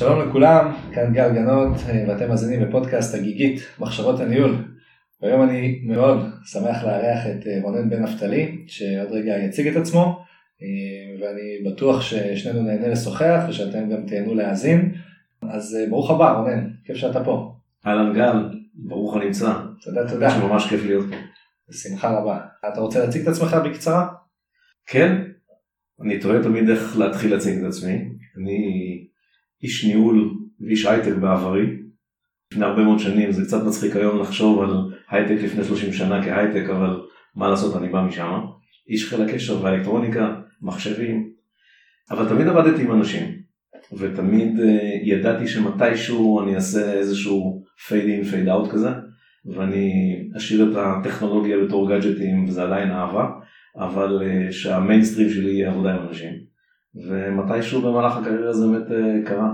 שלום לכולם, כאן גל גנות ואתם מאזינים בפודקאסט הגיגית מחשבות הניהול. והיום אני מאוד שמח לארח את רונן בן נפתלי שעוד רגע יציג את עצמו, ואני בטוח ששנינו נהנה לשוחח ושאתם גם תהנו להאזין. אז ברוך הבא רונן, כיף שאתה פה. אהלן גל, ברוך הנמצא. תודה. שממש כיף להיות פה. בשמחה רבה. אתה רוצה להציג את עצמך בקצרה? כן, אני טועה תמיד איך להתחיל להציג את עצמי. אני איש ניהול ואיש הייטק בעברי. לפני הרבה מאוד שנים, זה קצת מצחיק היום לחשוב על הייטק לפני 30 שנה כהייטק, אבל מה לעשות, אני בא משם. איש חיל הקשר והאלקטרוניקה, מחשבים, אבל תמיד עבדתי עם אנשים, ותמיד ידעתי שמתישהו אני אעשה איזשהו fade in, fade out כזה, ואני אשאיר את הטכנולוגיה בתור גאדג'טים, וזה עדיין אהבה, אבל שהמיינסטרים שלי יהיה עבודה עם אנשים. ומתישהו במהלך הקריירה זה באמת קרה.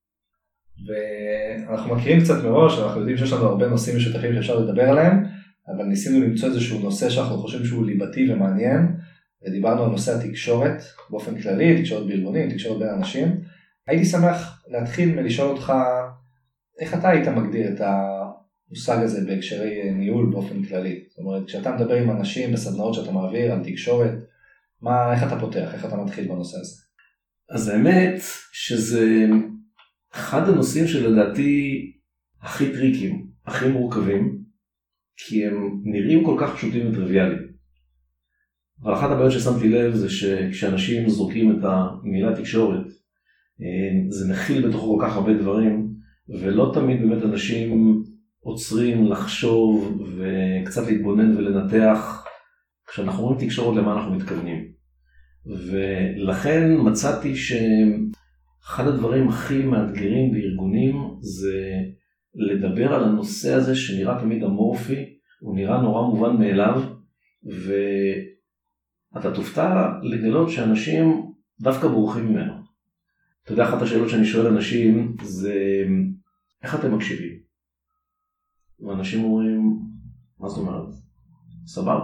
ואנחנו מכירים קצת מראש, אנחנו יודעים שיש לנו הרבה נושאים משותפים שאפשר לדבר עליהם, אבל ניסינו למצוא איזשהו נושא שאנחנו חושבים שהוא ליבתי ומעניין, ודיברנו על נושא התקשורת באופן כללי, תקשורת בארגונים, תקשורת בין אנשים. הייתי שמח להתחיל מלשאול אותך, איך אתה היית מגדיר את המושג הזה בהקשרי ניהול באופן כללי? זאת אומרת, כשאתה מדבר עם אנשים בסדנאות שאתה מעביר על תקשורת, איך אתה פותח, איך אתה מתחיל בנושא הזה? אז האמת שזה אחד הנושאים שלדעתי הכי טריקים, הכי מורכבים, כי הם נראים כל כך פשוטים וטריוויאליים. אבל אחת הבעיות ששמתי לב זה שכשאנשים זורקים את המילה תקשורת, זה מכיל בתוכו כל כך הרבה דברים, ולא תמיד באמת אנשים עוצרים לחשוב וקצת להתבונן ולנתח כשאנחנו אומרים תקשורת למה אנחנו מתכוונים. ולכן מצאתי שאחד הדברים הכי מאתגרים בארגונים זה לדבר על הנושא הזה שנראה תמיד אמורפי, הוא נראה נורא מובן מאליו, ואתה תופתע לגלות שאנשים דווקא בורחים ממנו. אתה יודע, אחת השאלות שאני שואל אנשים זה, איך אתם מקשיבים? ואנשים אומרים, מה זאת אומרת? סבבה.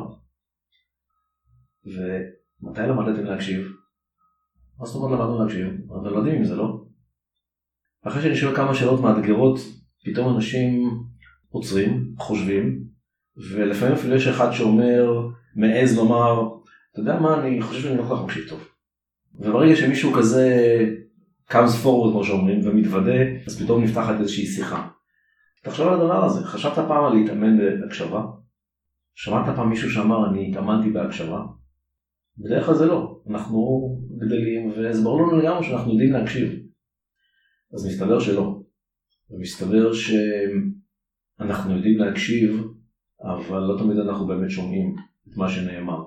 ומתי למדתם להקשיב? מה זאת אומרת למדנו להקשיב? אבל לא יודעים אם זה לא. אחרי שאני שואל כמה שאלות מאתגרות, פתאום אנשים עוצרים, חושבים, ולפעמים אפילו יש אחד שאומר, מעז לומר, אתה יודע מה, אני חושב שאני לא כל כך מקשיב טוב. וברגע שמישהו כזה comes forward, כמו שאומרים, ומתוודה, אז פתאום נפתחת איזושהי שיחה. תחשוב על הדבר הזה, חשבת פעם על להתאמן בהקשבה? שמעת פעם מישהו שאמר, אני התאמנתי בהקשבה? בדרך כלל זה לא. אנחנו גדלים, וזה ברור לנו לגמרי שאנחנו יודעים להקשיב. אז מסתבר שלא. ומסתבר שאנחנו יודעים להקשיב, אבל לא תמיד אנחנו באמת שומעים את מה שנאמר.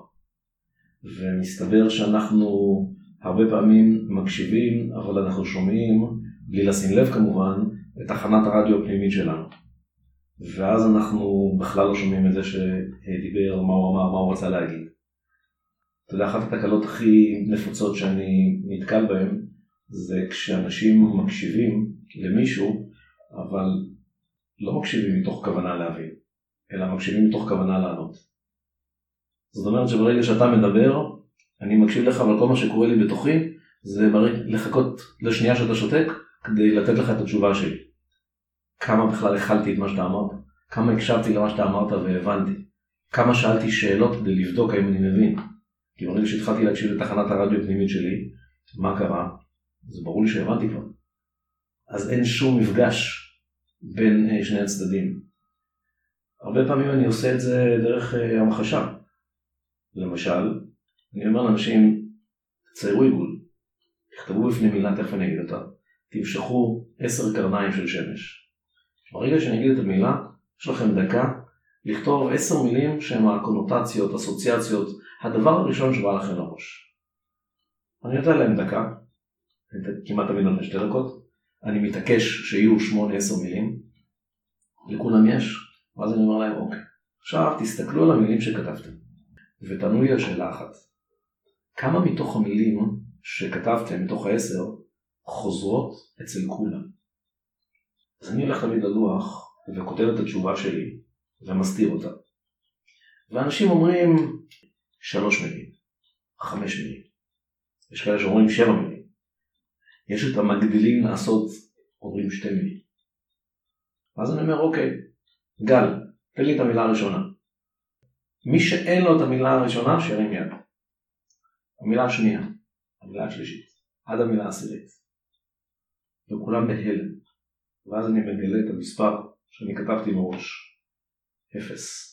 ומסתבר שאנחנו הרבה פעמים מקשיבים, אבל אנחנו שומעים, בלי לשים לב כמובן, את תחנת הרדיו הפנימית שלנו. ואז אנחנו בכלל לא שומעים את זה שדיבר, מה הוא אמר, מה הוא רצה להגיד. אתה יודע, אחת התקלות הכי נפוצות שאני נתקל בהן, זה כשאנשים מקשיבים למישהו, אבל לא מקשיבים מתוך כוונה להבין, אלא מקשיבים מתוך כוונה לענות. זאת אומרת שברגע שאתה מדבר, אני מקשיב לך, אבל כל מה שקורה לי בתוכי, זה לחכות לשנייה שאתה שותק, כדי לתת לך את התשובה שלי. כמה בכלל הכלתי את מה שאתה אמרת, כמה הקשבתי למה שאתה אמרת והבנתי, כמה שאלתי שאלות כדי לבדוק האם אני מבין. כי ברגע שהתחלתי להקשיב לתחנת הרדיו הפנימית שלי, מה קרה? זה ברור לי שהבנתי כבר. אז אין שום מפגש בין שני הצדדים. הרבה פעמים אני עושה את זה דרך המחשה. למשל, אני אומר לאנשים, ציירו עיגול, תכתבו בפני מילה, תכף אני אגיד אותה, תמשכו 10 קרניים של שמש. ברגע שאני אגיד את המילה, יש לכם דקה לכתוב 10 מילים שהן הקונוטציות, אסוציאציות, הדבר הראשון שבא לכם לראש. אני נותן להם דקה, כמעט תמיד נותן 2 דקות, אני מתעקש שיהיו 8-10 מילים, לכולם יש, ואז אני אומר להם, אוקיי, עכשיו תסתכלו על המילים שכתבתם, ותענו לי על שאלה אחת. כמה מתוך המילים שכתבתם, מתוך 10, חוזרות אצל כולם? אז אני הולך תמיד ללוח, וכותב את התשובה שלי, ומסתיר אותה. ואנשים אומרים 3 מילים, 5 מילים. יש כאלה שאומרים 7 מילים. יש את המגדילים לעשות אומרים 2 מילים. אז אני אומר, אוקיי, גל, תן לי את המילה הראשונה. מי שאין לו את המילה הראשונה, שירים יד. המילה השנייה, המילה השלישית, עד המילה העשירית. וכולם בהלם. ואז אני מגלה את המספר שאני כתבתי מראש. 0.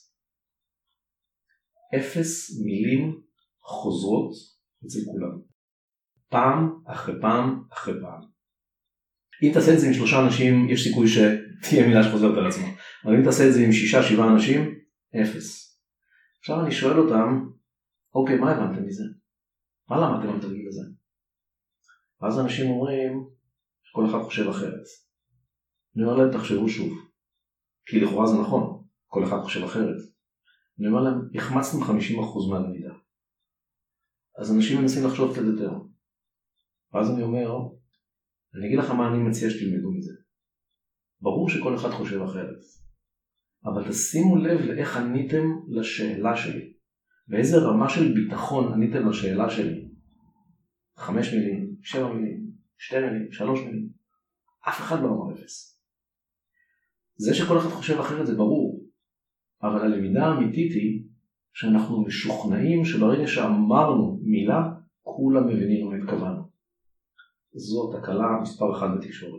0 מילים חוזרות אצל כולם. פעם אחרי פעם אחרי פעם. אם תעשה את זה עם 3 אנשים, יש סיכוי שתהיה מילה שחוזרת על עצמה. אבל אם תעשה את זה עם 6-7 אנשים, 0. עכשיו אני שואל אותם, אוקיי, מה הבנתם מזה? מה למדתם על תרגיל הזה? ואז אנשים אומרים, כל אחד חושב אחרת. אני אומר להם, תחשבו שוב. כי לכאורה זה נכון, כל אחד חושב אחרת. אני אומר להם, החמצתם 50% מהלמידה. אז אנשים מנסים לחשוב קצת יותר. ואז אני אומר, אני אגיד לך מה אני מציע שתלמדו מזה. ברור שכל אחד חושב אחרת. אבל תשימו לב לאיך עניתם לשאלה שלי. באיזה רמה של ביטחון עניתם לשאלה שלי. 5 מילים, 7 מילים, 2 מילים, 3 מילים. אף אחד לא אמר 0. זה שכל אחד חושב אחרת זה ברור. אבל הלמידה האמיתית היא שאנחנו משוכנעים שברגע שאמרנו מילה, כולם מבינים מה התכוונו. זאת הקלה מספר 1 בתקשורת.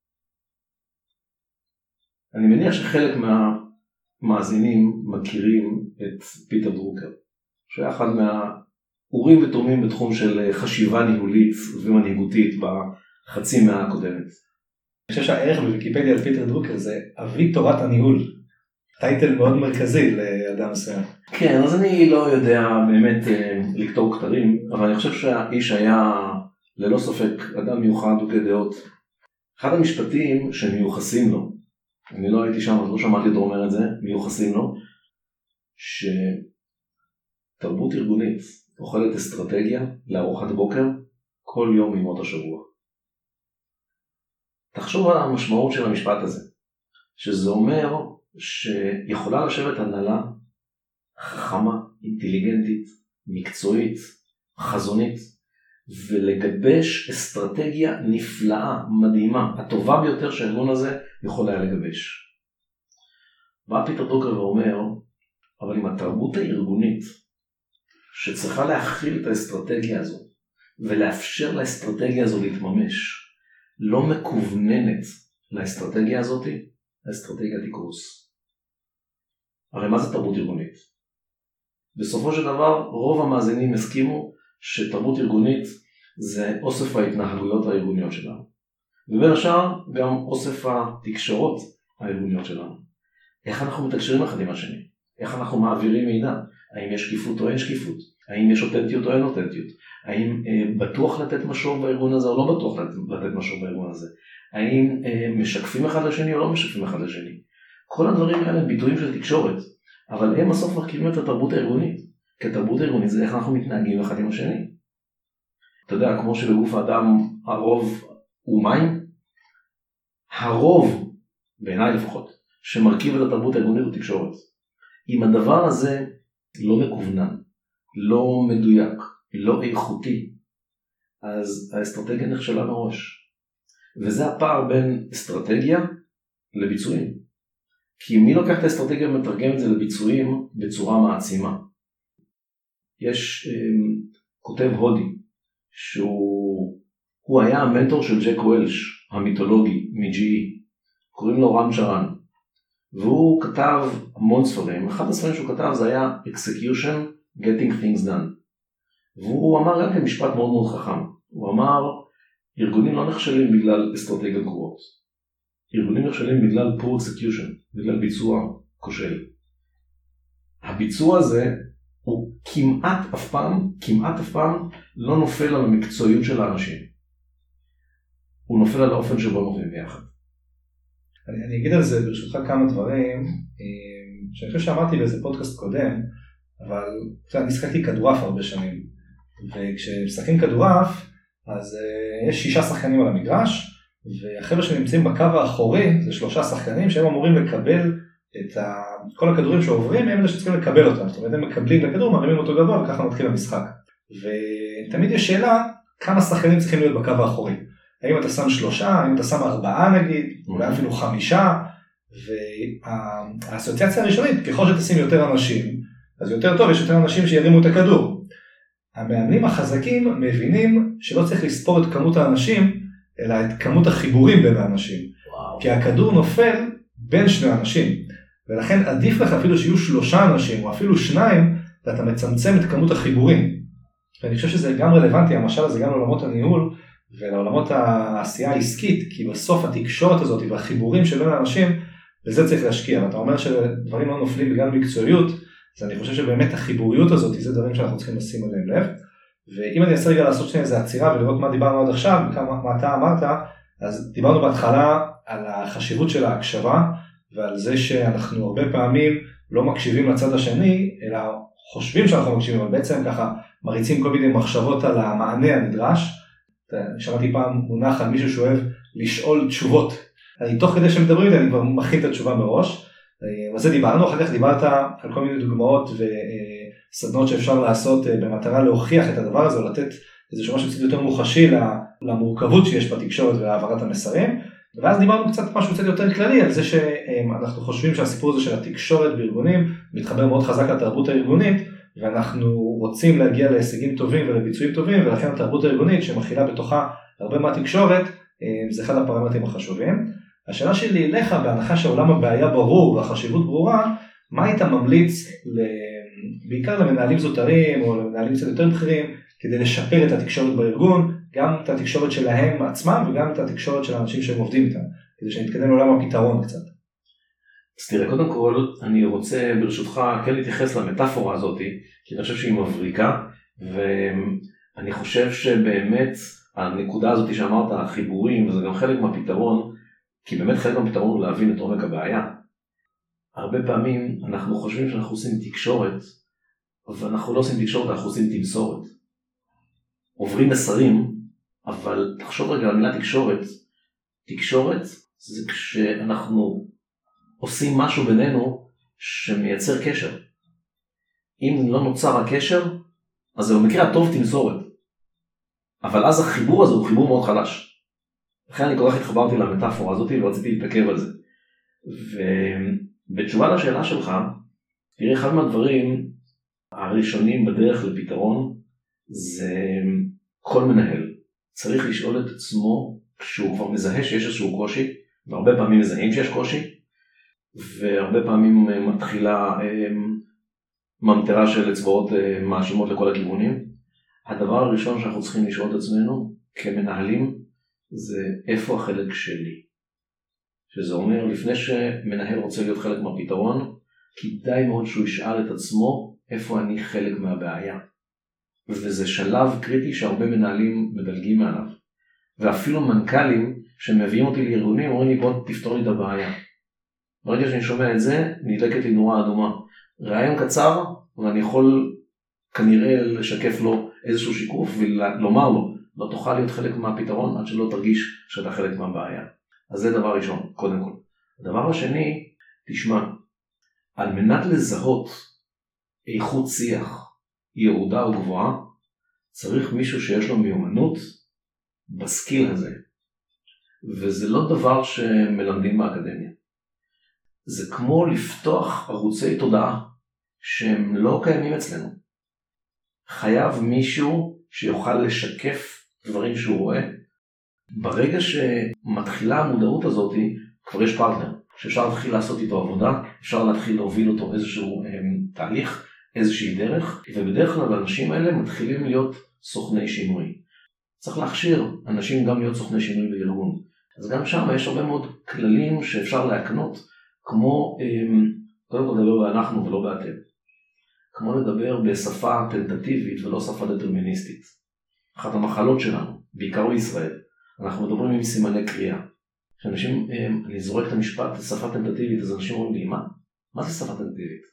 אני מניח שחלק מהמאזינים מכירים את פיטר דרוקר, שהיה אחד מהאורים ותומים בתחום של חשיבה ניהולית ומנהיגותית בחצי מאה הקודמת. אני חושב שהערך בוויקיפדיה על פיטר דרוקר זה אבי תורת הניהול. טייטל מאוד מרכזי לאדם מסוים. כן, אז אני לא יודע באמת לכתוב כתרים, אבל אני חושב שהאיש היה ללא ספק אדם מיוחד ודעות. אחד המשפטים שמיוחסים לו, אני לא הייתי שם, אז לא שמעתי אותו אומר את זה, מיוחסים לו, שתרבות ארגונית אוכלת אסטרטגיה לארוחת בוקר כל יום מימות השבוע. תחשוב על המשמעות של המשפט הזה, שזה אומר שיכולה לשבת הנהלה חכמה, אינטליגנטית, מקצועית, חזונית, ולגבש אסטרטגיה נפלאה, מדהימה, הטובה ביותר שהארגון הזה יכול היה לגבש. בא פיטר דרוקר ואומר, אבל עם התרבות הארגונית, שצריכה להכיל את האסטרטגיה הזו, ולאפשר לאסטרטגיה הזו להתממש, לא מקווננת לאסטרטגיה הזאת, האסטרטגיה תקרוס. הרי מה זה תרבות ארגונית? בסופו של דבר, רוב המאזינים הסכימו שתרבות ארגונית זה אוסף ההתנהגויות הארגוניות שלנו. ובין השאר גם אוסף התקשורות הארגוניות שלנו. איך אנחנו מתקשרים אחד עם השני? איך אנחנו מעבירים מידע? האם יש שקיפות או אין שקיפות? האם יש אותנטיות או אין אותנטיות? האם בטוח לתת משוב בארגון הזה או לא בטוח לתת משוב בארגון הזה? האם משקפים אחד לשני או לא משקפים אחד לשני? כל הדברים האלה הם ביטויים של תקשורת, אבל הם בסוף מרכיבים את התרבות הארגונית. כי התרבות הארגונית זה איך אנחנו מתנהגים אחד עם השני. אתה יודע, כמו שבגוף האדם הרוב הוא מים, הרוב, בעיניי לפחות, שמרכיב את התרבות הארגונית הוא תקשורת. אם הדבר הזה לא מקוונן, לא מדויק, לא איכותי, אז האסטרטגיה נכשלה מראש. וזה הפער בין אסטרטגיה לביצועים. כי מי לוקח את האסטרטגיה ומתרגם את זה לביצועים בצורה מעצימה? יש כותב הודי, שהוא היה המנטור של ג'ק וולש, המיתולוגי, מ-GE. קוראים לו רם צ'רן. והוא כתב המון ספרים. אחד הספרים שהוא כתב זה היה Execution, Getting Things Done. והוא אמר גם משפט מאוד מאוד חכם. הוא אמר, ארגונים לא נכשלים בגלל אסטרטגיות גרועות. ארגונים נכשלים בגלל poor execution, בגלל ביצוע כושל. הביצוע הזה הוא כמעט אף פעם לא נופל על המקצועיות של האנשים. הוא נופל על האופן שבו נופלים ביחד. אני אגיד על זה ברשותך כמה דברים, שאני חושב שאמרתי באיזה פודקאסט קודם, אבל אני שחקתי כדורעף הרבה שנים, וכשמשחקים כדורעף, אז יש 6 שחקנים על המגרש, והחבר'ה שנמצאים בקו האחורי, זה 3 שחקנים שהם אמורים לקבל את כל הכדורים שעוברים, הם אלה שצריכים לקבל אותם, זאת אומרת הם מקבלים לכדור, מרימים אותו גבוה, וככה מתחיל המשחק. ותמיד יש שאלה, כמה שחקנים צריכים להיות בקו האחורי. האם אתה שם 3, האם אתה שם 4 נגיד, אולי אפילו 5, והאסוציאציה הראשונית, ככל שתשים יותר אנשים, אז יותר טוב, יש יותר אנשים שירימו את הכדור. המאמנים החזקים מבינים שלא צריך לספור את כמות האנשים, אלא את כמות החיבורים בין האנשים. כי הכדור נופל בין 2 אנשים, ולכן עדיף לך אפילו שיהיו 3 אנשים, או אפילו 2, ואתה מצמצם את כמות החיבורים. ואני חושב שזה גם רלוונטי, המשל הזה גם לעולמות הניהול, ולעולמות העשייה העסקית, כי בסוף התקשורת הזאת והחיבורים שבין האנשים, בזה צריך להשקיע. ואתה אומר שדברים לא נופלים בגלל מקצועיות, אז אני חושב שבאמת החיבוריות הזאת, זה דברים שאנחנו צריכים לשים עליהם לב. ואם אני אעשה רגע לעשות שנייה איזה עצירה, ולראות מה דיברנו עד עכשיו, מה אתה אמרת, אז דיברנו בהתחלה על החשיבות של ההקשבה, ועל זה שאנחנו הרבה פעמים לא מקשיבים לצד השני, אלא חושבים שאנחנו מקשיבים, אבל בעצם ככה מריצים כל מיני מחשבות על המענה הנדרש. שמעתי פעם מונח על מישהו שאוהב לשאול תשובות. אני תוך כדי שמדברים איתי, אני כבר מכין את התשובה מראש. וזה דיברנו, אחר כך דיברת על כל מיני דוגמאות וסדנות שאפשר לעשות במטרה להוכיח את הדבר הזה, או לתת איזשהו משהו קצת יותר מוחשי למורכבות שיש בתקשורת והעברת המסרים. ואז דיברנו קצת משהו קצת יותר כללי, על זה שאנחנו חושבים שהסיפור הזה של התקשורת בארגונים מתחבר מאוד חזק לתרבות הארגונית, ואנחנו רוצים להגיע להישגים טובים ולביצועים טובים, ולכן התרבות הארגונית שמכילה בתוכה הרבה מהתקשורת, זה אחד הפרמטרים החשובים. השאלה שלי אליך, בהנחה שעולם הבעיה ברור והחשיבות ברורה, מה היית ממליץ בעיקר למנהלים זוטרים או למנהלים קצת יותר בכירים, כדי לשפר את התקשורת בארגון, גם את התקשורת שלהם עצמם וגם את התקשורת של האנשים שהם עובדים איתם, כדי שנתקדם לעולם הפתרון קצת. אז תראה, קודם כל אני רוצה ברשותך כן להתייחס למטאפורה הזאת, כי אני חושב שהיא מבריקה, ואני חושב שבאמת הנקודה הזאת שאמרת, החיבורים, וזה גם חלק מהפתרון, כי באמת חלק מהפתרון הוא להבין את עומק הבעיה. הרבה פעמים אנחנו חושבים שאנחנו עושים תקשורת, ואנחנו לא עושים תקשורת, אנחנו עושים תמסורת. עוברים מסרים, אבל תחשוב רגע על המילה תקשורת. תקשורת זה כשאנחנו עושים משהו בינינו שמייצר קשר. אם לא נוצר הקשר, אז זה במקרה הטוב תמסורת. אבל אז החיבור הזה הוא חיבור מאוד חלש. לכן אני כל כך התחברתי למטאפורה הזאת ורציתי להתעכב על זה. ובתשובה לשאלה שלך, תראה, אחד מהדברים הראשונים בדרך לפתרון זה כל מנהל צריך לשאול את עצמו כשהוא כבר מזהה שיש איזשהו קושי, והרבה פעמים מזהים שיש קושי, והרבה פעמים מתחילה ממטרה של אצבעות מאשימות לכל הכיוונים. הדבר הראשון שאנחנו צריכים לשאול את עצמנו כמנהלים זה איפה החלק שלי. שזה אומר לפני שמנהל רוצה להיות חלק מהפתרון, כדאי מאוד שהוא ישאל את עצמו איפה אני חלק מהבעיה. וזה שלב קריטי שהרבה מנהלים מדלגים מעליו. ואפילו מנכ"לים שמביאים אותי לארגונים אומרים לי בוא תפתור לי את הבעיה. ברגע שאני שומע את זה, נדלקת לי נורה אדומה. רעיון קצר, ואני יכול כנראה לשקף לו איזשהו שיקוף ולומר לו, לא תוכל להיות חלק מהפתרון עד שלא תרגיש שאתה חלק מהבעיה. אז זה דבר ראשון, קודם כל. הדבר השני, תשמע, על מנת לזהות איכות שיח ירודה או גבוהה, צריך מישהו שיש לו מיומנות בסקיל הזה. וזה לא דבר שמלמדים באקדמיה. זה כמו לפתוח ערוצי תודעה שהם לא קיימים אצלנו. חייב מישהו שיוכל לשקף דברים שהוא רואה. ברגע שמתחילה המודעות הזאת, כבר יש פרטנר, שאפשר להתחיל לעשות איתו עבודה, אפשר להתחיל להוביל אותו איזשהו תהליך, איזושהי דרך, ובדרך כלל האנשים האלה מתחילים להיות סוכני שינוי. צריך להכשיר אנשים גם להיות סוכני שינוי בארגון. אז גם שם יש הרבה מאוד כללים שאפשר להקנות, כמו, קודם כל לדבר באנחנו ולא באתם. כמו לדבר בשפה טנטטיבית ולא שפה דטרמיניסטית. אחת המחלות שלנו, בעיקר בישראל, אנחנו מדברים עם סימני קריאה. כשאנשים, אני זורק את המשפט שפה טנטטיבית, אז אנשים אומרים לי, מה זה שפה טנטטיבית?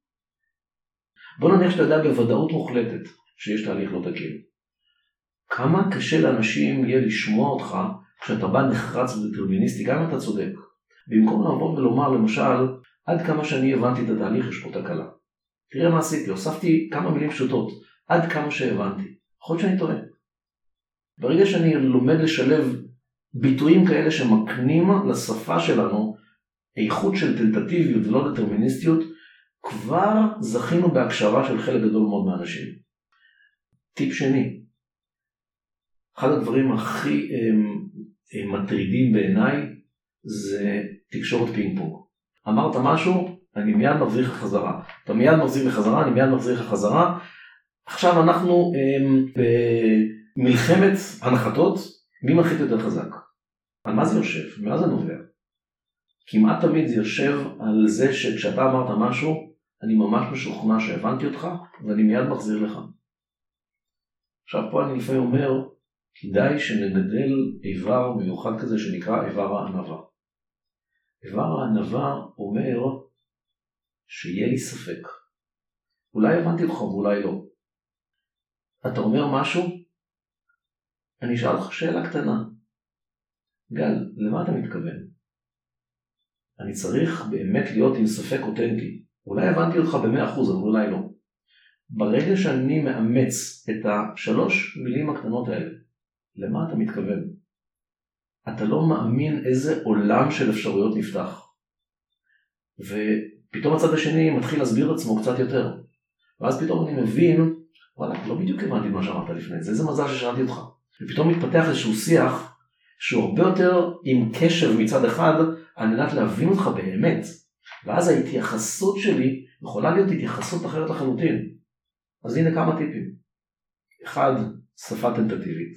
בוא נניח שאתה יודע בוודאות מוחלטת שיש תהליך לא תקין. כמה קשה לאנשים יהיה לשמוע אותך כשאתה בא נחרץ ודטרמיניסטי, גם אם אתה צודק. במקום לעבור ולומר, למשל, עד כמה שאני הבנתי את התהליך, יש פה תקלה. תראה מה עשיתי, הוספתי כמה מילים פשוטות, עד כמה שהבנתי. יכול להיות שאני טועה. ברגע שאני לומד לשלב ביטויים כאלה שמקנים לשפה שלנו איכות של טנטטיביות ולא דטרמיניסטיות, כבר זכינו בהקשבה של חלק גדול מאוד מהאנשים. טיפ שני, אחד הדברים הכי מטרידים בעיניי זה תקשורת פינג פונג. אמרת משהו, אני מיד מחזיר לך חזרה. אתה מיד מחזיר לי חזרה, אני מיד מחזיר לך חזרה. עכשיו אנחנו במלחמת הנחתות, מי מנחית יותר חזק? על מה זה יושב? מה זה נובע? כמעט תמיד זה יושב על זה שכשאתה אמרת משהו, אני ממש משוכנע שהבנתי אותך, ואני מיד מחזיר לך. עכשיו פה אני לפעמים אומר, כדאי שנגדל איבר מיוחד כזה שנקרא איבר הענווה. איבר הענווה אומר שיהיה לי ספק. אולי הבנתי אותך ואולי לא. אתה אומר משהו? אני אשאל אותך שאלה קטנה. גל, למה אתה מתכוון? אני צריך באמת להיות עם ספק אותנטי. אולי הבנתי אותך ב100%, אבל אולי לא. ברגע שאני מאמץ את השלוש מילים הקטנות האלה, למה אתה מתכוון? אתה לא מאמין איזה עולם של אפשרויות נפתח. ופתאום הצד השני מתחיל להסביר עצמו קצת יותר. ואז פתאום אני מבין, וואלה, לא בדיוק הבנתי מה שאמרת לפני זה, איזה מזל ששאלתי אותך. ופתאום מתפתח איזשהו שיח, שהוא הרבה יותר עם קשב מצד אחד, על מנת להבין אותך באמת. ואז ההתייחסות שלי יכולה להיות התייחסות אחרת לחלוטין. אז הנה כמה טיפים. 1, שפה טנטטיבית.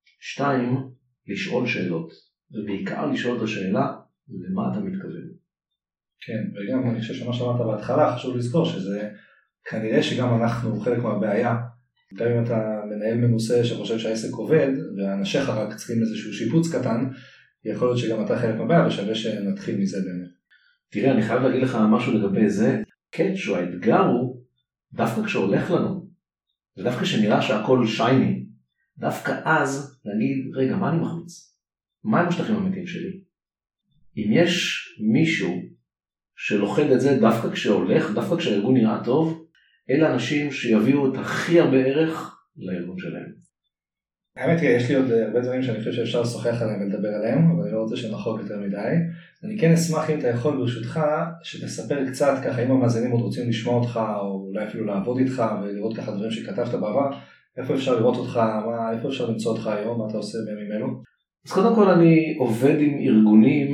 2, לשאול שאלות. ובעיקר לשאול את השאלה, למה אתה מתכוון. כן, וגם אני חושב שמה שאמרת בהתחלה, חשוב לזכור שזה כנראה שגם אנחנו חלק מהבעיה. גם אם אתה מנהל מנוסה שחושב שהעסק עובד, ואנשיך רק צריכים איזשהו שיפוץ קטן, יכול להיות שגם אתה חלק מהבעיה, ושווה שנתחיל מזה באמת. תראה, אני חייב להגיד לך משהו לגבי זה. קאץ' או האתגר הוא, דווקא כשהולך לנו, ודווקא שנראה שהכל שייני, דווקא אז להגיד, רגע, מה אני מחמיץ? מה הם השטחים האמיתיים שלי? אם יש מישהו שלוחד את זה דווקא כשהולך, דווקא כשהארגון נראה טוב, אלה אנשים שיביאו את הכי הרבה ערך לארגון שלהם. האמת היא, יש לי עוד הרבה דברים שאני חושב שאפשר לשוחח עליהם ולדבר עליהם, אבל אני לא רוצה שנחוג יותר מדי. אני כן אשמח אם אתה יכול ברשותך, שתספר קצת ככה, אם המאזינים עוד רוצים לשמוע אותך, או אולי אפילו לעבוד איתך ולראות ככה דברים שכתבת בעבר, איפה אפשר לראות אותך, איפה אפשר למצוא אותך היום, מה אתה עושה בימים אלו? אז קודם כל אני עובד עם ארגונים,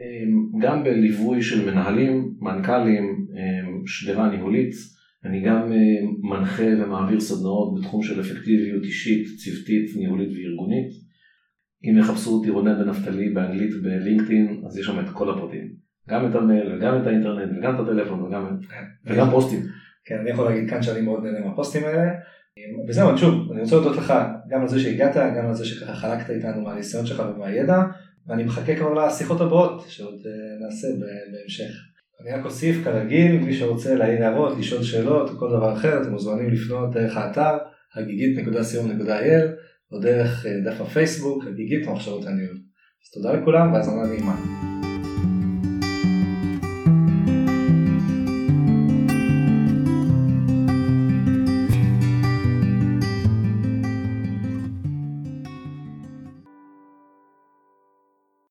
גם בליווי של מנהלים, מנכ"לים, שדרה ניהולית, אני גם מנחה ומעביר סדנאות בתחום של אפקטיביות אישית, צוותית, ניהולית וארגונית. אם יחפשו אותי רונן בן נפתלי באנגלית בלינקדאין, אז יש שם את כל הפרטים. גם את המייל וגם את האינטרנט וגם את הטלפון וגם פוסטים. כן, אני יכול להגיד כאן שאני מאוד נהנה מהפוסטים האלה. וזהו, שוב, אני רוצה להודות לך גם על זה שהגעת, גם על זה שככה חלקת איתנו מהניסיון שלך ומהידע, ואני מחכה כבר לשיחות הבאות שעוד נעשה בהמשך. אני רק אוסיף כרגיל, מי שרוצה להעיר הערות, לשאול שאלות או כל דבר אחר, אתם מוזמנים לפנות דרך האתר hagigit.co.il או דרך דף הפייסבוק, הגיגית מחשבות הניהול. אז תודה לכולם והאזנה נעימה.